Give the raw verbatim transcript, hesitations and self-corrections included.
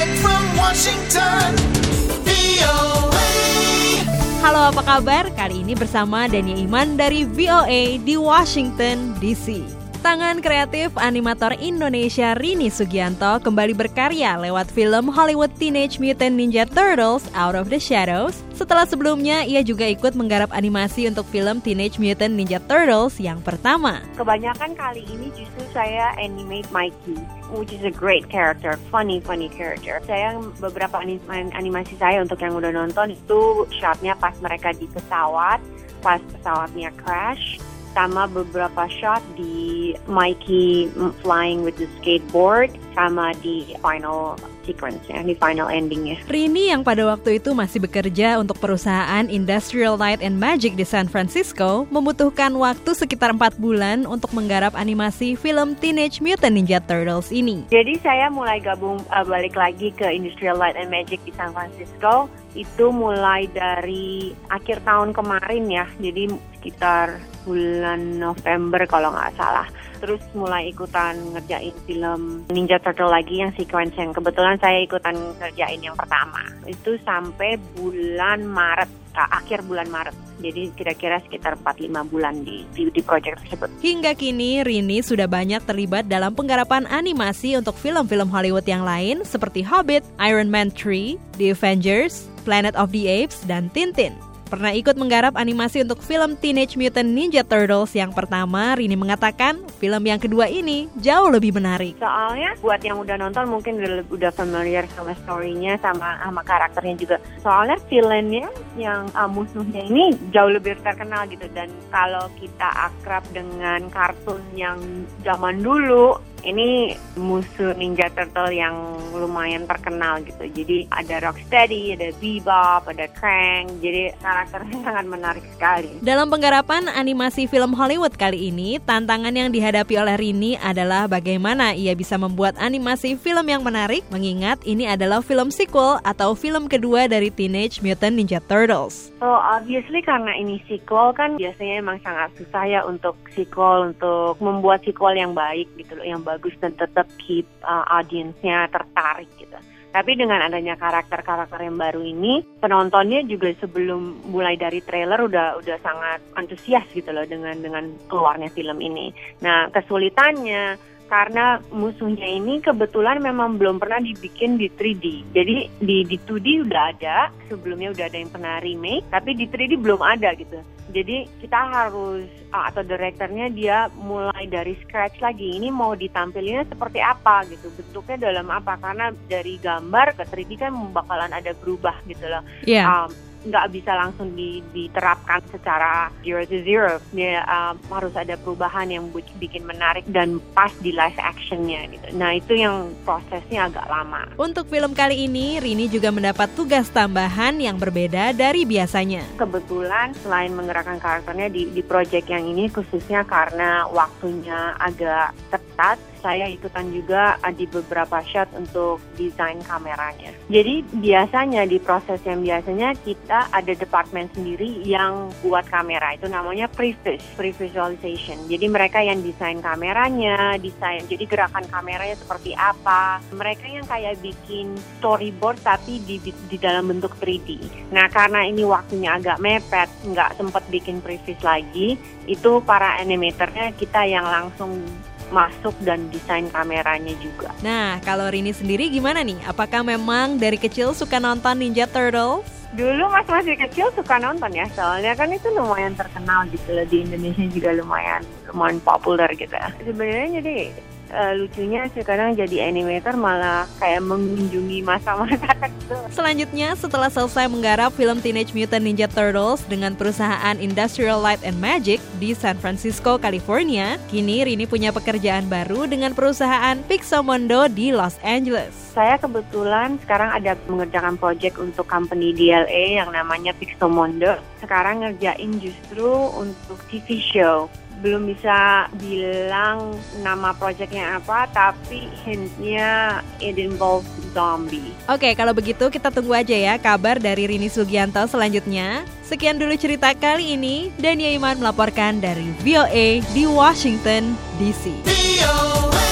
Direct from Washington, V O A. Halo, apa kabar? Kali ini bersama Dania Iman dari V O A di Washington D C. Tangan kreatif animator Indonesia Rini Sugianto kembali berkarya lewat film Hollywood Teenage Mutant Ninja Turtles Out of the Shadows. Setelah sebelumnya, ia juga ikut menggarap animasi untuk film Teenage Mutant Ninja Turtles yang pertama. Kebanyakan kali ini justru saya animate Mikey, which is a great character, funny funny character. Saya beberapa anim- animasi saya untuk yang udah nonton itu shotnya pas mereka di pesawat, pas pesawatnya crash, sama beberapa shot di Mikey flying with the skateboard, sama di final sequence-nya, di final ending-nya. Rini yang pada waktu itu masih bekerja untuk perusahaan Industrial Light and Magic di San Francisco membutuhkan waktu sekitar empat bulan untuk menggarap animasi film Teenage Mutant Ninja Turtles ini. Jadi saya mulai gabung uh, balik lagi ke Industrial Light and Magic di San Francisco itu mulai dari akhir tahun kemarin ya, jadi sekitar bulan November kalau nggak salah. Terus mulai ikutan ngerjain film Ninja Turtle lagi yang sequence yang kebetulan saya ikutan ngerjain yang pertama. Itu sampai bulan Maret, akhir bulan Maret. Jadi kira-kira sekitar empat lima bulan di, di, di project tersebut. Hingga kini Rini sudah banyak terlibat dalam penggarapan animasi untuk film-film Hollywood yang lain seperti Hobbit, Iron Man tiga, The Avengers, Planet of the Apes, dan Tintin. Pernah ikut menggarap animasi untuk film Teenage Mutant Ninja Turtles yang pertama, Rini mengatakan film yang kedua ini jauh lebih menarik. Soalnya buat yang udah nonton mungkin udah, udah familiar sama story-nya, sama, sama karakternya juga. Soalnya villain-nya yang uh, musuhnya ini jauh lebih terkenal gitu. Dan kalau kita akrab dengan kartun yang zaman dulu, ini musuh Ninja Turtle yang lumayan terkenal gitu. Jadi ada Rocksteady, ada Bebop, ada Krang. Jadi karakternya sangat menarik sekali. Dalam penggarapan animasi film Hollywood kali ini, tantangan yang dihadapi oleh Rini adalah bagaimana ia bisa membuat animasi film yang menarik, mengingat ini adalah film sequel atau film kedua dari Teenage Mutant Ninja Turtles. So obviously karena ini sequel kan biasanya emang sangat susah ya untuk sequel, untuk membuat sequel yang baik gitu loh, yang bagus dan tetap keep uh, audience-nya tertarik gitu. Tapi dengan adanya karakter-karakter yang baru ini, penontonnya juga sebelum mulai dari trailer udah udah sangat antusias gitu loh dengan dengan keluarnya film ini. Nah, kesulitannya karena musuhnya ini kebetulan memang belum pernah dibikin di tiga D. Jadi di di dua D udah ada, sebelumnya udah ada yang pernah remake, tapi di tiga D belum ada gitu. Jadi kita harus, atau direkturnya dia mulai dari scratch lagi. Ini mau ditampilinnya seperti apa gitu, bentuknya dalam apa. Karena dari gambar ke tiga D kan bakalan ada berubah gitu loh. Iya. Yeah. Um, nggak bisa langsung diterapkan secara zero to zero. Ya, um, harus ada perubahan yang bikin menarik dan pas di live actionnya gitu. Nah itu yang prosesnya agak lama. Untuk film kali ini, Rini juga mendapat tugas tambahan yang berbeda dari biasanya. Kebetulan selain menggerakkan karakternya di, di project yang ini, khususnya karena waktunya agak ketat, saya ikutan juga di beberapa shot untuk desain kameranya. Jadi biasanya di proses yang biasanya kita ada departemen sendiri yang buat kamera. Itu namanya pre-vis, pre-visualization. Jadi mereka yang desain kameranya, desain jadi gerakan kameranya seperti apa. Mereka yang kayak bikin storyboard tapi di, di dalam bentuk tiga D. Nah karena ini waktunya agak mepet, nggak sempat bikin pre-vis lagi, itu para animatornya kita yang langsung masuk dan desain kameranya juga. Nah, kalau Rini sendiri gimana nih? Apakah memang dari kecil suka nonton Ninja Turtles? Dulu mas masih kecil suka nonton ya, soalnya kan itu lumayan terkenal gitu loh, di Indonesia juga lumayan lumayan populer gitu. Sebenarnya jadi uh, lucunya sekarang jadi animator malah kayak mengunjungi masa-masa kecil. Selanjutnya, setelah selesai menggarap film Teenage Mutant Ninja Turtles dengan perusahaan Industrial Light and Magic di San Francisco, California, kini Rini punya pekerjaan baru dengan perusahaan Pixomondo di Los Angeles. Saya kebetulan sekarang ada mengerjakan project untuk company D L A yang namanya Pixomondo. Sekarang ngerjain justru untuk T V show. Belum bisa bilang nama projectnya apa, tapi hintnya it involves zombie. Oke, kalau begitu kita tunggu aja ya kabar dari Rini Sugianto selanjutnya. Sekian dulu cerita kali ini. Dania Iman melaporkan dari V O A di Washington D C. V O A.